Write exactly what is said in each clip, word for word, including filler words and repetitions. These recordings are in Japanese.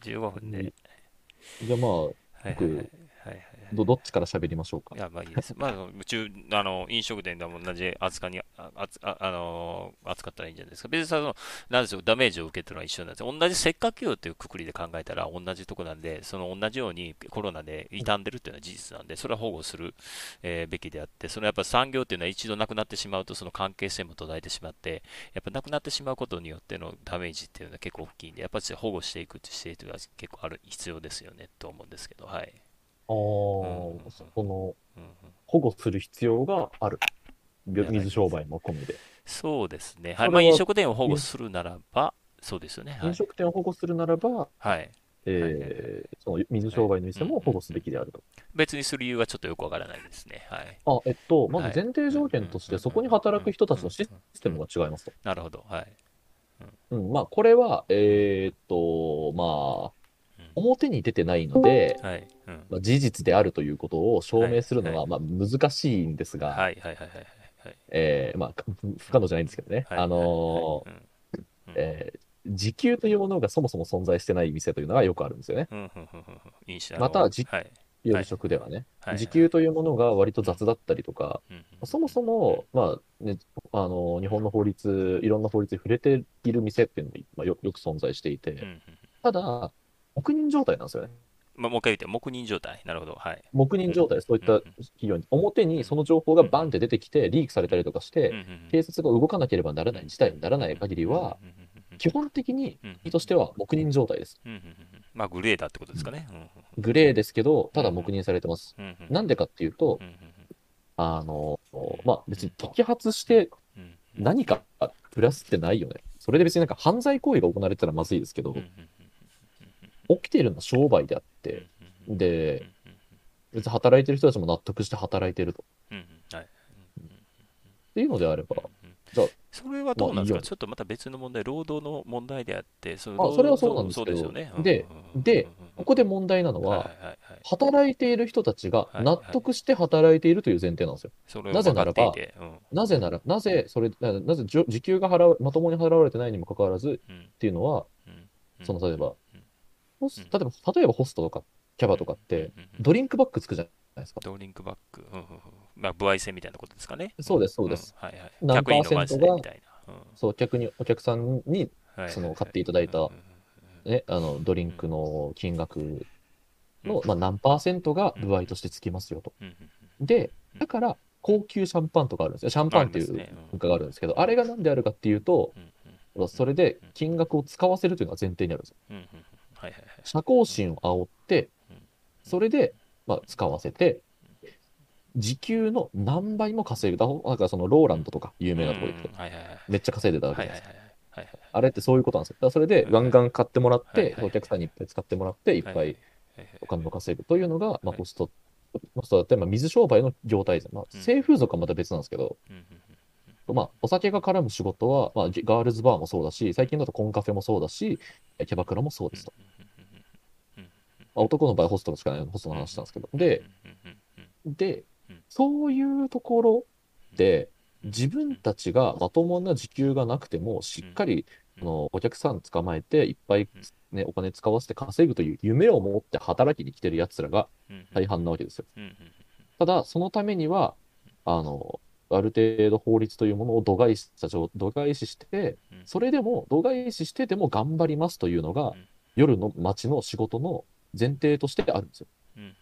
じゅうごふんで。 じゃあまあ、 はいはいはい。 僕、 はいはい。 ど、どっちから喋りましょうか。 いや、まあいいです。まあ、あの宇宙、あの、飲食店でも同じ扱いに、あ、あつあ、あのー扱ったらいいんじゃないですか。別にその、なんですよ、ダメージを受けてるのは一緒なんですよ。同じせっかくよっていうくくりで考えたら同じとこなんで、その同じようにコロナで傷んでるっていうのは事実なんで、それは保護する、えーべきであって、そのやっぱ産業っていうのは一度なくなってしまうと、その関係性も途絶えてしまって、やっぱなくなってしまうことによってのダメージっていうのは結構大きいんで、やっぱり保護していくって姿勢というのは結構ある、必要ですよね、と思うんですけど、はい。 ああ、 うん、うん、うん、 そこのうん、うん。 保護する必要がある。 じゃないです。 水商売も込みで。 そうですね。はい。まあ、飲それは、 食店を保護飲するならば、そうですよね。は飲い。 食店を保護するならば、 はい。はい。はい。 えーその水はい。はい。 商売のうん。うん。 店も保護すうん。 べきであると。 別にする理由はちょっとよくわからないですね。はい。 あ、えっと、まずはい。 前提うん。うん。 条うん。 件として、 うん。 そこに働く人たうん。うん。 ちのシステうん。 ムが違いますと。 なるほど。はい。うん。 うん、まあ、これは、 うん。 えーっと、まあ、 うん。 表に出てないので、 はい。うん。 まあ、事実であるということを証はい。 明するはい。 のは、まあ、難しいんですが、 はい。はい。はい。はい。はい。 えーまあ、不不うん。 可能じゃないんですけどね。 はい。 あはい。はい。 のうん。うーん。 えー時給というものがそもそも存在してない店というのがよくあるんですよね。 うん。うん。うん。うん。いいし、あの、 また、じはい。はい。 夜食ではね、 はい。はい。 時給というものが割とうん。 雑だったりとか、 うん。うん。 そもそも、まあね、あの、日本の法律、いろんな法律に触れている店っていうのも、まあ、よ、よく存在していて、 うん。うん。 ただ、黙認状態なんですよね。 まあ、もう一回言って、黙認状態。なるほど。はい。 黙認うん。 状態でそういっうん。 た企業に、表うん。 にその情報がうん。 バンって出てきて、リークされたりとかして、 うん。うん。うん。 警察が動かなければならうん。 ない事態にならない限りは、基本的にうん。うん。 国としては黙認状態です。 うん。うん。まあ、グレーだってことですかね。うん。 グレーですけど、 うん。 ただ黙認されてます。 うん。うん。 なんでかっていうと、 うん。 あの、 うん。 まあ、別に摘発してうん。 何かプラスってないよね。それで別になんか犯罪行為が行われてたらまずいですけど、 うん。うん。 起きているのは商売であっうん。うん。 て、で、 うん。 別に働いてる人たちも納得して働いてると。 うん。はい。 っていうのであれば、じゃあ、 それはまあどうなんですか？ いいよね。 ちょっとまた別の問題、労働の問題であって、そのあ、それ労働、 はそうなんそう、 ですけど、 そうですよね。うん。うん。うん。 で、で、ここで問題なのはい。はい。 は、 はい。 働いている人たちがはい。 納はい。 得して働いているという前提なんですよ。なぜそれを分かならば、 っていて、うん。 なぜなら、なぜ、それ、ななぜじょ時給が払う、まともに払われてないにもかかわらずうん。 っていうのは、 うん。うん。 その、例えば、ホうん。 ス、例えば、例えばホストとか、キャバうん。 とかって、 うん。 ドリンクバッグつくじゃないですか。 ドリンクバッグ。うん。うん。まあ、歩合制みたいなことですかね。うん。 そうです、そううん。 です。 はい。はい。 何パー客に飲まセントが、 せてみたいな。うん。 そう、客に、お客さんに、 はい。はい。はい。 その、買っていただいうん。 た、ね、あの、ドリンうん。 クの金額うん。 の、まあ、何パーセントがうん。うん。 歩合としてつきますよと。 うん。 で、 うん。 だから、高級シャンパンとかあるんですよ。シャンあパンっていうりますね。 文化があるんですけど、 うん。うん。 あれが何であるかっていうと、 うん。うん。 それで金額を使わせるというのが前提にあるんですよ。 うん。うん。はい。はい。はい。 社交心を煽って、 うん。 それで、まあ、使わせて、時給の何倍も稼ぐ。だなんかそのローランドとか有うん。 名なところ行くと、 はい。はい。はい。 めっちゃ稼いでたわけはい。はい。 じゃないですか。 はい。 あれってそういうことなんですよ。だからそれではい。 ガンガン買ってもらっはい。 て、 はい。 お客さんにいっぱい使ってもらって、いっはい。はい。 ぱいはい。 お金を稼ぐというのが、まあ、 はい。 ホスト、ホストだったり、まあ、水商売の業態です。まあ、 うん。 性風俗はまた別なんですけど、 うん。 まあ、お酒が絡む仕事は、まあ、ガールズバーもそうだし、最近だとコンカフェもそうだし、キャバクラもそうですと。まあ、男の場合ホストしかないホストの話なんですけど。で、で、そういうところで、自分たちがまともな時給がなくても、しっかり、あの、お客さん捕まえて、いっぱい、ね、お金使わせて稼ぐという夢を持って働きに来てる奴らが大半なわけですよ。ただ、そのためには、あの、ある程度法律というものを度外視した状、度外視して、それでも、度外視してでも頑張りますというのが、夜の街の仕事の前提としてあるんですよ。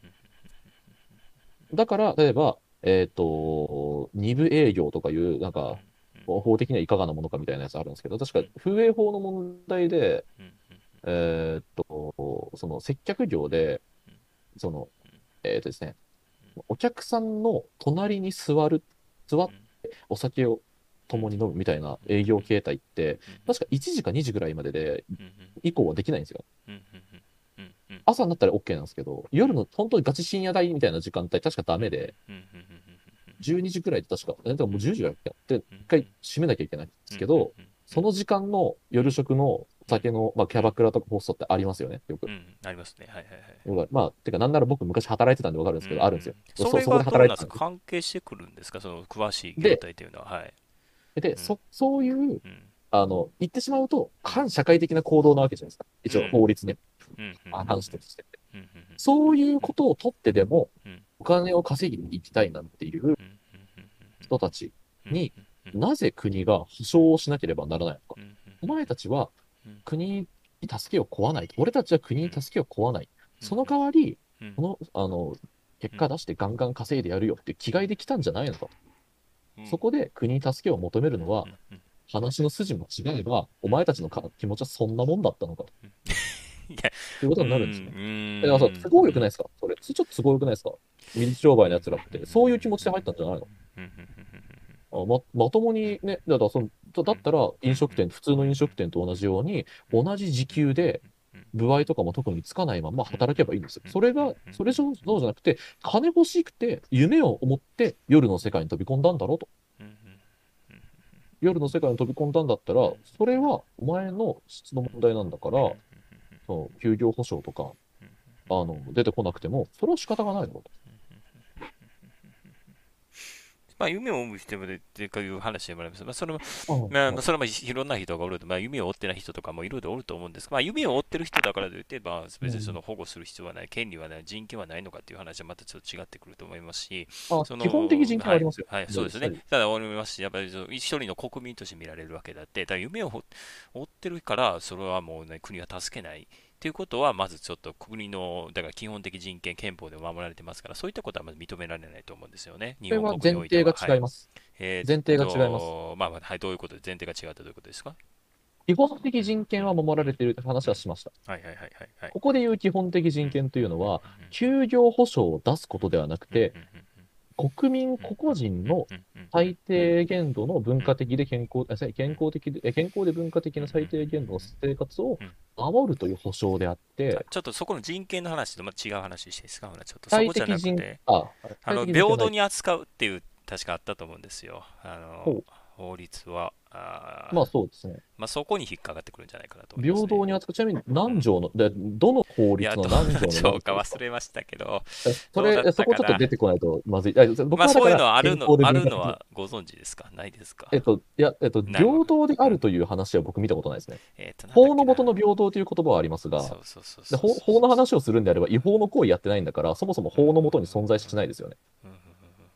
だから、例えば、えっと、二部営業とかいう、なんか、法的にはいかがなものかみたいなやつあるんですけど、確か風営法の問題で、えっと、その接客業で、その、えっとですね、お客さんの隣に座る、座ってお酒を共に飲むみたいな営業形態って、確かいちじかにじぐらいまでで、以降はできないんですよ。朝になったら OK なんですけど、夜の本当にガチ深夜帯みたいな時間帯確かダメで、じゅうにじくらいで確か、え、でももうじゅうじぐらいやって、一回閉めなきゃいけないんですけど、その時間の夜食のお酒の、まあ、キャバクラとかホストってありますよね、よく。 ありますね。はい。はい。はい。 よくあるまあ、てか、なんなら僕昔働いてたんでわかるんですけど、あるんですよ。そ、 それそこでがどうなんですか？ 働いてたんです。 関係してくるんですか？その詳しい業で、 態というのは。はい。 で、 うん。 そ、そういう、 うん。 あの、言ってしまうと、 うん。 反社会的な行動なわけじゃないですか。一応、 うん。 法律ね。 うんうんあ話としてて。 うんうんそういうことを取ってでも、 うんうんお金を稼ぎに行きたいなっていううん人たちうんに、 うんなぜ国が保証をしなければならないのか。 うんお前たちはうん国に助けを請わない。俺たちは国に助けを請わない。その代わり、この、あの、結果出してガンガン稼いでやるよっていう気概で来たんじゃないのかと。そこで国に助けを求めるのは、話の筋も違えば、お前たちのか気持ちはそんなもんだったのかと。 いや、 ということうになるんですね。 ん、 だからさ、都合良くないでうすかそれ。ちょっと都合良くないですか水商売の奴らって。そういう気持ちで入ったんじゃないのあま、まともにね、だからその、だだったら飲食店、普通の飲食店と同じように、同じ時給で、歩合とかも特につかないまま働けばいいんですよ。それが、それじゃそうじゃなくて、金欲しくて、夢を思って夜の世界に飛び込んだんだろうと。夜の世界に飛び込んだんだったら、それはお前の質の問題なんだから、その休業保障とか、あの、出てこなくても、それは仕方がないだろうと。 まあ、夢を追う人もでっていう話でもあります。まあ、それも、 あまあ、 あそれもいろんな人がおると、まあ、夢を追ってない人とかもいろいろおると思うんですが、まあ、夢を追ってる人だからといって、まあ、別にその保護する必要はない、権利はない、人権はないのかっていう話はまたちょっと違ってくると思いますし、 あ、 そ基本的人の、はい、 権はありますよ。 はい、そうですね。ただ、思いますし、やっぱりその一人の国民として見られるわけだって、だから夢を追ってるから、それはもうね、国は助けない。ということは、まずちょっと国の、だから基本的人権、憲法で守られてますから、そういったことはまず認められないと思うんですよね、日本これは前提国においては。はい。 が違います。 えーっ前提が違います。 と、まあまあ、はい、どういうことで、前提が違ったということですか？ 基本的人権は守られているという話はしました。 はいはいはいはいはい。 ここで言う基本的人権というのは、休業保障を出すことではなくて、国民個々人の最低限度の文化的で健康、あ健康的で、え健康で文化的な最低限度の生活を守るという保障であって、 ちょっとそこの人権の話とまた違う話していいですか？ほらちょっと主体そこじゃ的人、 なくて、 あ、 あの、 主体的人権はない。 平等に扱うっていう、確かあったと思うんですよ。あの、 ほう。 法律は。あまあそうですね。 まあ、そこに引っかかってくるんじゃないかなと思いますね。 平等に扱う。ちなみに何うん。 条の、で、どの法いや、 律のど何条のうな条か何条ですか？ 忘れましたけど、 えそれ、 どうだっえそこちょっとたかな。 出てこないとまずい。あ僕まあ、 はだからそういうのはあるの、 健康であ文化的な、 るのはご存知ですか？ないですか？ えっと、いや、えっと、 ないわ。 平等であうん。 るという話は僕見たことないですね。 えっと、なんだっ法のけな。 下の平等という言葉はありますが、 そうそうそうでそう法法のそうそう。 話をするんであれば違法の行為やってないんだから、そもそも法の下に存在しないですよね。 うんうんうんうん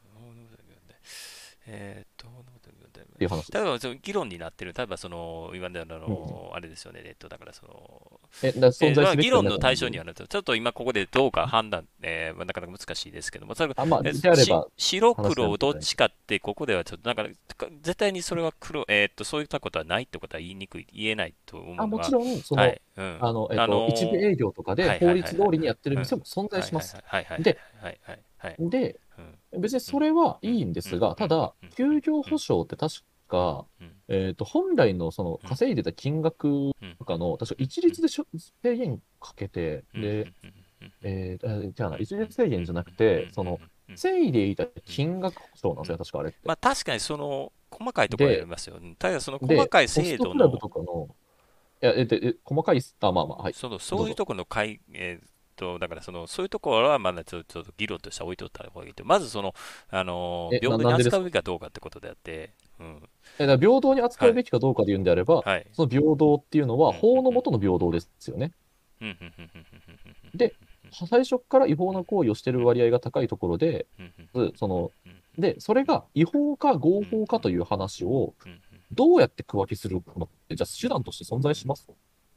えーっと、 っていう話です。 例えばその議論になってる、例えばその、今まであうん。 の、あれですよね、えっと、だからその、 え、だ存えーまあ、 在すべきか否議論の対かの部分。 象にはなると、ちょっと今ここでどうか判断、えーまあ、なかなか難しいですけども、それあ、まあ、 えしであれば白話して黒どっみてください。 ちかって、ここではちょっと、なんか、絶対にそれは黒、えーっと、そういったことはないってことは言いにくい、言えないと思あ、 うのは、 もちろん、その、 はい、うん。 あの、えっあと、一部の営業とかー、 ではいはいはいはい法律通りにやってるはい。うん。 店も存在はいはいします。 はいはいで、 はいはいはい。 で、 うん。 別にうん。 それはうん。 いいんでうん。 すが、 うん。 ただ、 うん。 休業うん。 保障って確か、 うん。 えっと、本来のそのうん。 稼いでた金額うん。 とかの、確か一うん。 律でしょ制限かけて、 うん。うん。 で、 うん。 えー、あじゃあな、 うん。 一律制限じゃなくて、その、稼いでいた金額保証なんですよ、確かあれって。 まあ確かにその細かいところはありで、 ますよ。ただその細で、 かいホストクラブ制度の、 とかの、いや、え、で、え、細かい、あ、まあまあ、はい、 そのどうぞ。 そういうところの会、えーと、だからそのそういうところはまだちょっとちょっと議論としては置いとった方がいいと。まずその、あのえ、な、 平等になんでですか？ 扱うべきかどうかってことであって、うん。 え、だから平等に扱はい。 うべきかどうかで言うんであれば、 はい。 その平等っていうのはうん。うん。 法の下の平等ですよね。 うん。うん。うん。うん。 で、最初から違法な行為をしている割合が高いところで、ずその、で、それが違法か合法かという話をどうやって区分けするのって、じゃあ手段として存在します？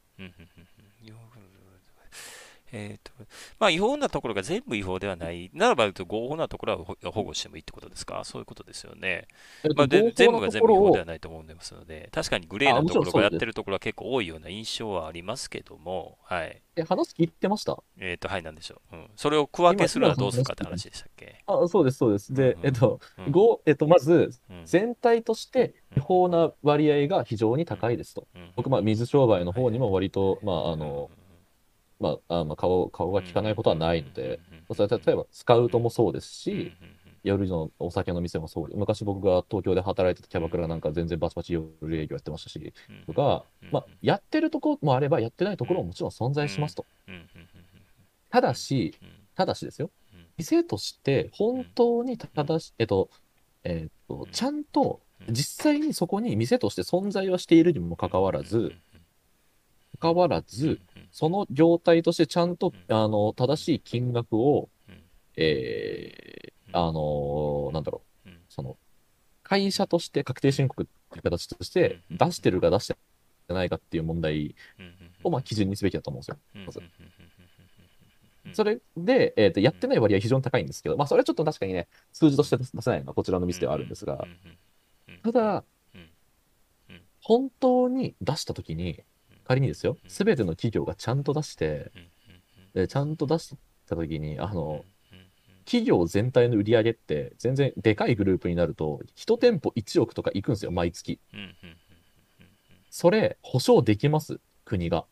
えっと、まあ違法なところが全部違法ではない。ならば合法なところは保保護してもいいってことですか？そういうことですよね。 えっと、 まあ、で、 合法なと全部が全ころを、 部違法ではないと思いますので、確かにグレーあ、 なもちろんところがやってそうです。 るところは結構多いような印象はありますけども、はい。 え、話聞いてました？ えっと、はい、なんでしょう。うん。それを区分け今、 するの今の話はどうするかって聞いてまし話でしたっけ？ た？あ、そうです、そうです。 うん、うで、えっん、 と、 うん、 ご、えっと、まず、 うん、 全体として違うん、 法な割合が非常にうん、 高いですと。 うん、うん、 僕、まあ、水商売のはい、はい、 方にも割と、まあ、あはい、 の、まあ、あまあ顔、顔がうん、うん、 利かないことはないのうん、 で、それは例えばスカウトもそうですうん、うん、 し、夜のお酒の店もそうで、昔僕が東京で働いてたキャバクラなんか全然バチバチ夜営業やってましたし、とか、まあ、やってるところもあれば、やってないところももちろん存在しますと。ただし、ただしですよ。店として本当に正し、えっと、えっと、ちゃんと実際にそこに店として存在はしているにもかかわらず、かかわらず、 その業態としてちゃんと、 うん、 あの、正しい金額を、 うん、 えー、 うん、 あの、なんだろう、 うん、 その、会うん、 社として確定申告っていう形としうん、うん、 て出してるか出してないかっていう問題うん、 を、まあ、基準にすべきだと思うんですよ。 うん、うん、 まず。 うん、 それで、えっと、やってない割合は非常に高いんですけど、まあ、それはちょっと確かにね、数字として出せないのはこちらのミスではあるんですが、ただ、本当に出したときに、仮にですよ、すべての企業がちゃんと出して、でちゃんと出したときに、あの、企業全体の売り上げって全然でかいグループになると、いち店舗いちおくとかいくんですよ、毎月。それ、保証できます国が。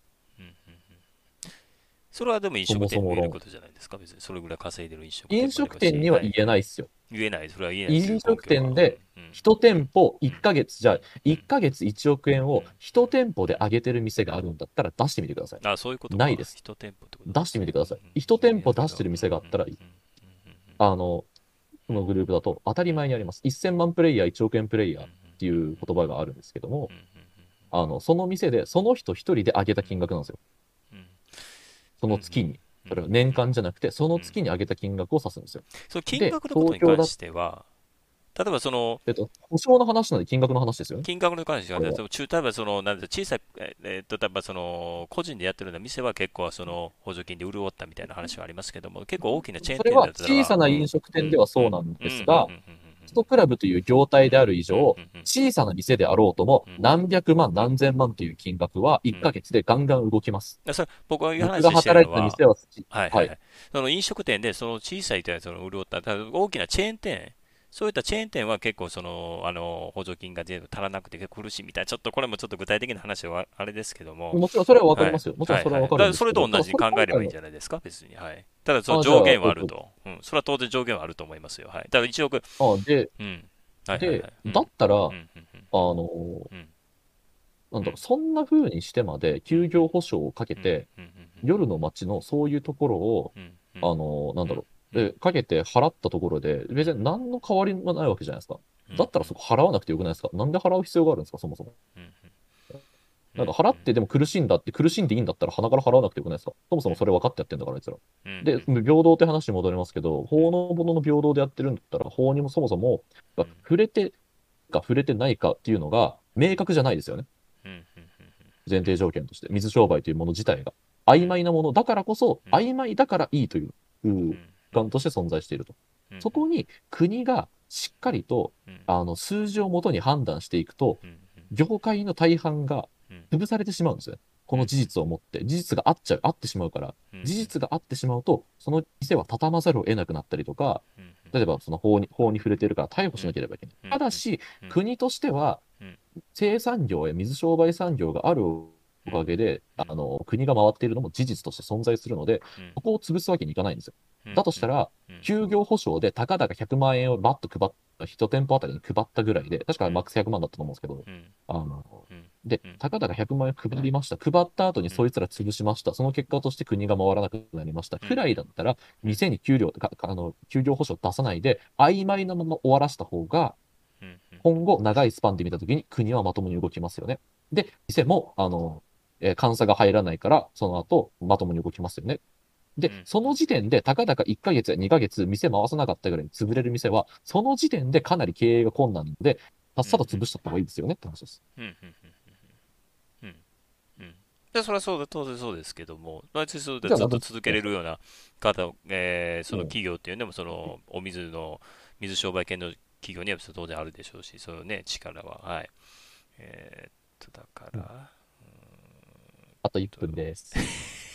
それはでも飲そ食もそも論。 店にも言えることじゃないですか、別に。それぐらい稼いでる飲食店飲もありますし、 食店にははい。 言えないっすよ。 言えない、それは言えないという飲根拠は。 食店でうん、 いち店舗1 うん、 ヶ月、じゃあうん、 いっかげついちおく円をうん、 いち店舗で上げてる店があるんだったら出してみてください。 あ、そういうことか。 ないです。 一店舗ってことなん出ですね。 してみてください。 うん、 いち店うん、いやけど、 舗出してるうん、うん、 店があったら、 うん、 あの、このグループだと当たり前にあります。せんまんプレイヤー、いちおく円プレイヤーっていう言葉があるんですけども、あの、その店で、その人一人で上げた金額なんですよ。その月に。それは年間じゃなくて、その月に上げた金額を指すんですよ。 その金で、 額のことに関東京だ、 しては、例えばその、 えっと、保証の話なんで金額の話ですよね。 金額に関しては、 これは。 中例えばその、なんて小さい、ええー例えばその、個人でやってるような店は結構その補助金で潤ったみたいな話はありますけども、結構大きなチェーンそれは店だったら、 小さなうん、 飲食店でうん、うん、 はそうなんうん、うん、うん、うん、 ですが、ホストクラブという業態である以うん、 上、 うん、うん、 小さな店であろうとも、 うん、 何百万、何千万という金額は1 うん。 ヶ月でガンガン動きます。 それ僕が僕が話している働いのは、 てた店は、はい。 はいはいはい。その飲食店でその小さいというその潤った、ただ大きなチェーン店、そういったチェーン店は結構その、あの、補助金が全部足らなくて結構苦しいみたいな、ちょっとこれもちょっと具体的な話はあれですけども、 もちろんそれはわかりはい。 ますよ。もちろんはいはい。 それはわかだからそれるんですけど、ただそれと同じに考えればいいん今回の、 じゃないですか、別に。はい。ただそのあ、じゃあ、 上限はえっと、 あると。うん。それは当然上限はあると思いますよ。はい。だからいちおく、 あ、で、 うん。はいはいはで、 い。うん。 だったら、あうん。うん。 の、 うん。 なんだろう、 うん。 そんな風にしてまでうん。 休業保障をかけうん。 て、 うん。 夜の街のそういうところを、 うん。うん。 あの、なんうん。 だろう、 うん。 で、かけて払ったところで、別に何の変わりもないわけじゃないですか。 うん。 だったらそこ払わなくてよくないですか？なんで払う必要があるんですか、そもそも。 うん。うん。 なんか払ってでも苦しいんだって苦しんでいいんだったら鼻から払わなくてよくないですか？そもそうん。 もそれ分かってやってんだから、あいつら。 うん。 で、平等って話に戻りますけど、法のものの平等でやってるんだったら、法にもそもそも、触れてか触れてないかっていうのが明確じゃないですよね。 うん。 前提条件として、水商売というもの自体が。曖昧なものだからこそ、曖昧だからいいという、う感として存在していると。そこに国がしっかりと、あの、数字をもとに判断していくと、業界の大半が潰されてしまうんですよ。この事実をもって。事実があっちゃう、あってしまうから、事実があってしまうと、その店は畳まざるを得なくなったりとか、例えばその法に、法に触れてるから逮捕しなければいけない。ただし、国としては、生産業や水商売産業があるおかげで、あの、国が回っているのも事実として存在するので、そこを潰すわけにいかないんですよ。だとしたら、休業保障でたかだかひゃくまん円をバッと配った、いち店舗あたりに配ったぐらいで、確かマックスひゃくまんだったと思うんですけど、あの、で、たかだかひゃくまん円配りました。配った後にそいつら潰しました。その結果として国が回らなくなりました。くらいだったら、店に給料か、あの、休業保障出さないで、曖昧なまま終わらせた方が、今後、長いスパンで見たときに国はまともに動きますよね。で、店も、あの、えー監査が入らないから、その後、まともに動きますよね。で、その時点で、たかだかいっかげつやにかげつ店回さなかったぐらいに潰れる店は、その時点でかなり経営が困難なので、さっさと潰した方がいいですよねって話です。 で、それはそうだ、当然そうですけども、毎日そうでじゃあ、なんで、 ずっと続けれるような方、えーそのうん。 企業っていうのも、そのお水の、水商売系の企業には当然あるでしょうし、そのね、力は。はい。えーっと、だかうん、 ら、 あと1 と分です。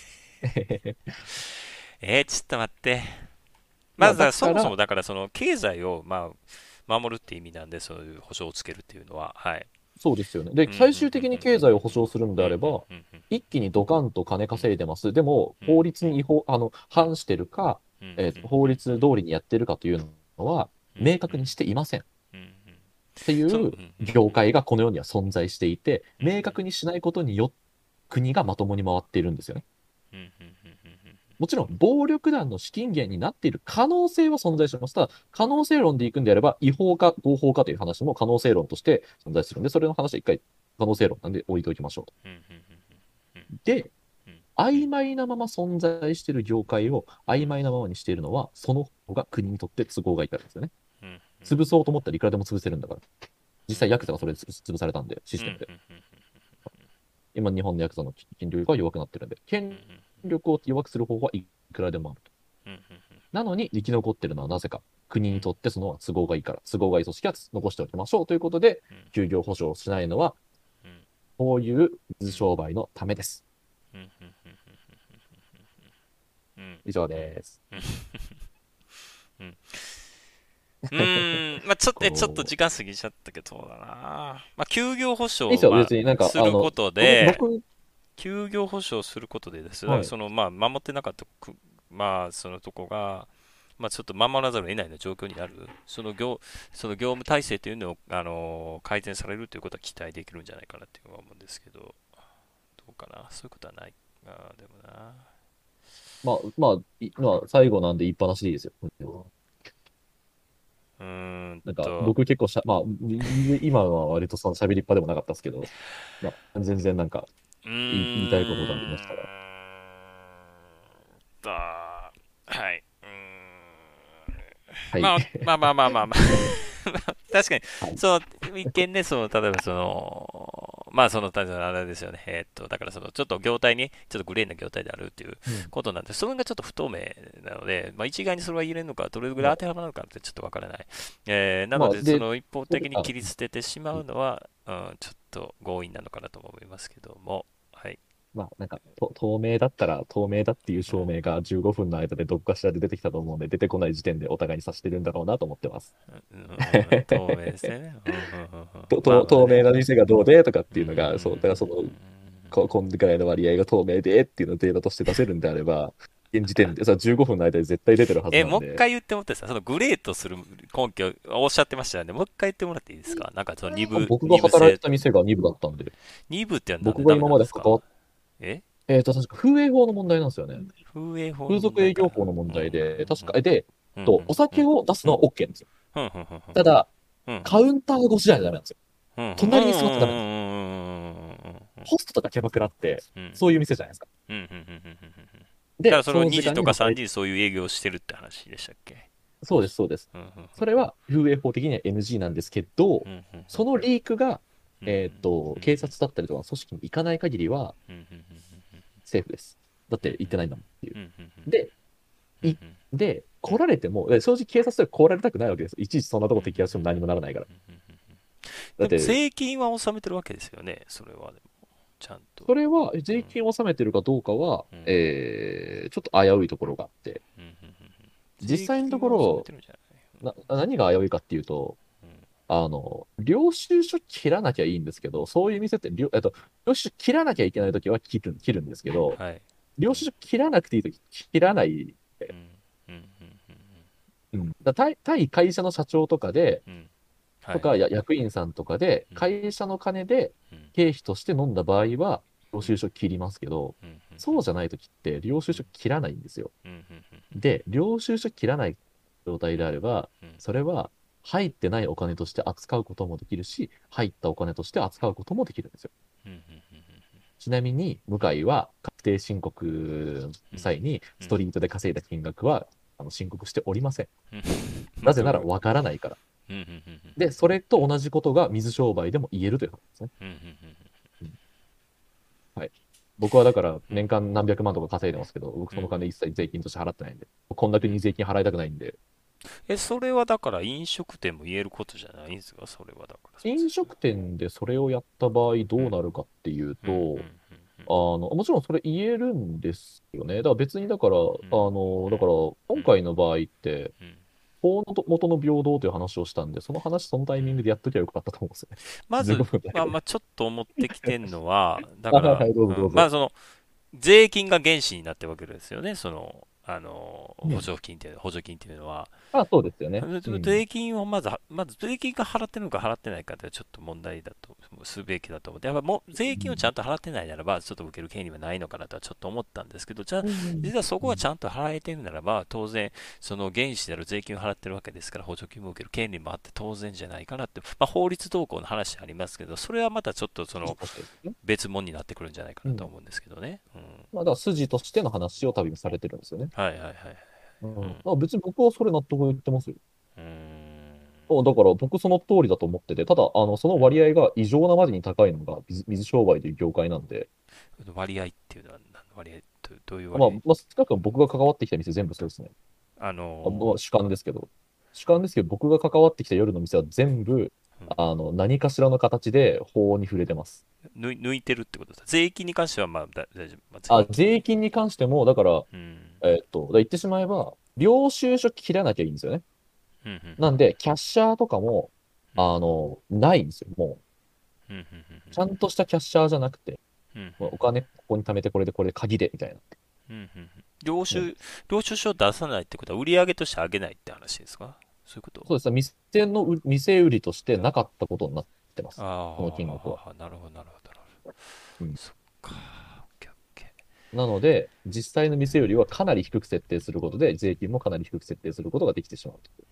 えー、ちょっと待って。 いや、 まずは、 だから、 そもそもだから、その経済を、まあ、守るって意味なんで、そういう保障をつけるっていうのは、はい。 そうですよね。で、 うん、うん、うん、うん、 最終的に経済を保障するんうん、うん、 であれば、 うん、うん、 一気にドカンと金うん、 稼いでます。でも、 うん、 法律に違法、あの、 うん、 反してるか、 うん、うん、 えー法律通りにやってるかというのは、 うん、 明確にしていません。っうん、 ていそう、 ううん、うん、 業界がこの世には存在していて、 うん、 明確にしないことによって国がまともに回っているんですよね。 うん、うん、 もちろん、暴力団の資金源になっている可能性は存在します。ただ、可能性論でいくんであれば、違法か合法かという話も可能性論として存在するんで、それの話は一回可能性論なんで置いておきましょうと。 うん、うん、 で、 曖昧なまま存在している業界を曖昧なままにしているのは、その方が国にとって都合がいいからですよね。潰そうと思ったらいくらでも潰せるんだから。実際、ヤクザがそれで潰されたんで、システムで。今、日本のヤクザの権力が弱くなってるんで、権力を弱くする方法はいくらでもあると。なのに、生き残ってるのはなぜか。国にとってその都合がいいから、都合がいい組織は残しておきましょうということで、休業保障をしないのは、こういう水商売のためです。以上です。 うーん、まあちょっと、えちょっと時間過ぎちゃったけど、そうだな。まあ休業保いい障を、 ですよ、 まあ、 別になんか、 するこあの、 とで、 僕、僕休業保障することでですね、 はい。 その、まあ守ってなかったく、まあそのとこが、まあちょっと守らざるを得ないような状況になる、その業、その業務体制というのを、あの改善されるということは期待できるんじゃないかなっていうのは思うんですけど、どうかな、そういうことはない。あーでもな。 まあ、まあ、いまあ、最後なんで言いっぱなしでいいですよ。 うーんなんか、 と、 僕結構しゃ、まあ、い今は割とその喋りっぱでもなかったですけど、まあ、全然なんか、 う言い言いたいことがあーんりましたら。 と、はい。うーんはい。 まあ、まあまあまあまあまあ確かに、 はい。 そう、一見ね、その、例えばその、まあその、例えばあれですよね、えーっと、だからその、ちょっと業態に、ちょっとグレーな業態であるっていううん。 ことなんで、それがちょっと不透明なので、まあ一概にそれは入れるのか、どれぐらいまあ、 当てはまるのかってちょっとわからない。えーなまあ、 ので、そで、 の一方それあ、 的に切り捨ててしまうのは、うん、ちょっと強引なのかなとも思いますけども、はい。 まあ、なんか、と透明だったら、透明だっていううん証明がじゅうごふんの間でどっかしらで出てきたと思うんで、出てこない時点でお互いに指してるんだろうなと思ってます。 うん、透明ですね。うんうんうんうんとと透まあまあね。 明な店がどうでとかっうんうていうのが、そう、だからその、 んこ、こんぐらいの割合が透明でっていうのをデータとして出せるんであれば、現時点でさ、じゅうごふんの間で絶対出てるはずえ、 なんで、 もう一回言ってもらっていいですか？そのグレーとする根拠をおっしゃってましたよね。もう一回言ってもらっていいですか？なんかその二部、 僕が二部制。 働いてた店がに部だったんで、 二部ってなんでダメ僕が今なんですか？ まで関わっ、 ええっと、確か風営法の問題なんですよね。 風営法風の問題か。 俗営業法の問うん、うん、 題で、確か、 うん、 えで、 うん、うん、 と、お酒を出すうん、 のは OK なんですよ。 うん、うん、うん、うん、 ただ、 うん、 カウンター越しじゃダメなんですよ。 うん、うん、うん、 隣に座ってダメなんですよ。ホストとかキャバクラって、 うん、 そういう店じゃないですか。 うん、うん、うん、うん。だからで、 その2 その時時とか3 間に働い時にそういう営業をしてるって話でしたっけ？ そうです、そうです。 うん、うん、 それは風営法的には エヌジー なんですけど、 うん、うん、うん、 そのリークが、 うん、うん、 えっと、警察だったりとか組織に行かない限りはうん、うん、 セーフです。だっうん、 て行ってないんだもんっていう。 うん、うん、 で、 うん、 い、で、来られても、正直警察では来られたくないわけです。いちいちそんなとこ摘発しても何もならないから。だでもって、 税金は納めてるわけですよね、それはでも。ちゃんと。 それはうん税金を納めてるかどうかは、 うんえー、ちょっと危ういところがあって、 うんうんうんうん実際のと税金は納めころ、 てるんじゃない？ な、何が危ういかっていうと、あの、領収書切らなきゃいいんですけど、そういう店って、領、えっと、領収書切らなきゃいけないときは切る、切るんですけど、 うんはい。 領収書切らなくていいとき切らない。 うんうんうんうん。だ対、対会社の社長とかで、 うんうんはい。 とか、や役員さんとかで、 うん会社の金でうん経費として飲んだ場合は、領うん収書切りますけど、 うんうんそうじゃないときって領収書切らないんですよ。 うんうんで、領収書切らない状態であれば、 うんそれは入ってないお金として扱うこともできるし、入ったお金として扱うこともできるんですよ。 うんうんちなみに、向井は確定申告の際に、ストリートで稼いだ金額はあの申告しておりません。 うんなぜどういうこと？ ならわからないから。 うんうんうんで、それと同じことが水商売でも言えるという話ですね。 うんうんうんはい。僕はだからうん年間何百万とか稼いでますけど、僕うんその金一切税金として払ってないんで、こんだけに税金払いたくないんで、 え、それはだから飲食店も言えることじゃないんですか？それはだから。 飲食店でそれをやった場合どうんうなるかっていううんうんと、あの、もちろんそれ言えるんですよね。だから別にだから、あうんの、だから今うん回の場合って、 うん法の元の平等という話をしたんで、その話そのタイミングでやっときゃよかったと思うんですよね。15 まず、まあ、 分だけで。 まあ、ちょっと思ってきてんのは、だあ、 から、 はいはい、どううん、 ぞどうぞ。 まあ、その、税金が原資になってるわけですよね。その、 あの、 うん。 補助金っていうの、補助金っていうのは、 あ、そうですよね。うん。 税金をまず、まず税金が払ってるのか払ってないかってちょっと問題だと、すべきだと思って、やっぱもう税金をちゃんと払ってないならば、ちょっと受ける権利はないのかなとはちょっと思ったんですけど、じゃあ、 うん。 実はそこはちうん。 ゃんと払えてるならば、当然、その原資である税金を払ってるわけですから、補助金も受ける権利もあって当然じゃないかなって、まあ、法律動向の話ありますけど、それはまたちょっとその筋としてですね。 別物になってくるんじゃないかうん。 なと思うんですけどね。うん。 まあ、だから筋としての話を多分されてるんですよね。 はいはいはい。 うん。 うん。 あ、別に僕はそれ納得いってますよ。 うーん。 あだから僕その通りだと思ってて、ただ、あの、その割合が異常なまでに高いのが水、水商売という業界なんで、 割合っていうのは何の割合どどういうまあ、 割合？ まあ、少なくとも僕が関わってきた店全部そうですね。 ああ、まあ、 の主観ですけど。主観ですけど、僕が関わってきた夜の店は全部、 ー、うん、 あの、何かしらの形で法に触れてます。 抜い抜いてるってことですか？税金に関してはまあだ大丈夫。まあ、 あ、 税金。 税金に関しても、だから、 うん。 えっと、だ言ってしまえば、領収書切らなきゃいいんですよね。 うん。うん。 なんで、キャッシャーとかも、 うん。 あの、ないんですよ。もう、 うん。うん。 ちゃんとしたキャッシャーじゃなくて、 うん。うん。 まあお金ここに貯めて、これでこれ鍵で、みたいな。 うん。うん。領もう収、領収書を出さないってことは売り上げとして上げないって話ですか？そういうこと？ そうですね。店のう、店売りとしてなかったことになってます。この金額は。 ああ、なるほど、なるほど、なるほど。 うん。 そっか。オッケーオッケなので、実際の店売りはかなり低く設定することで、税金もかなり低く設定することができてしまうと。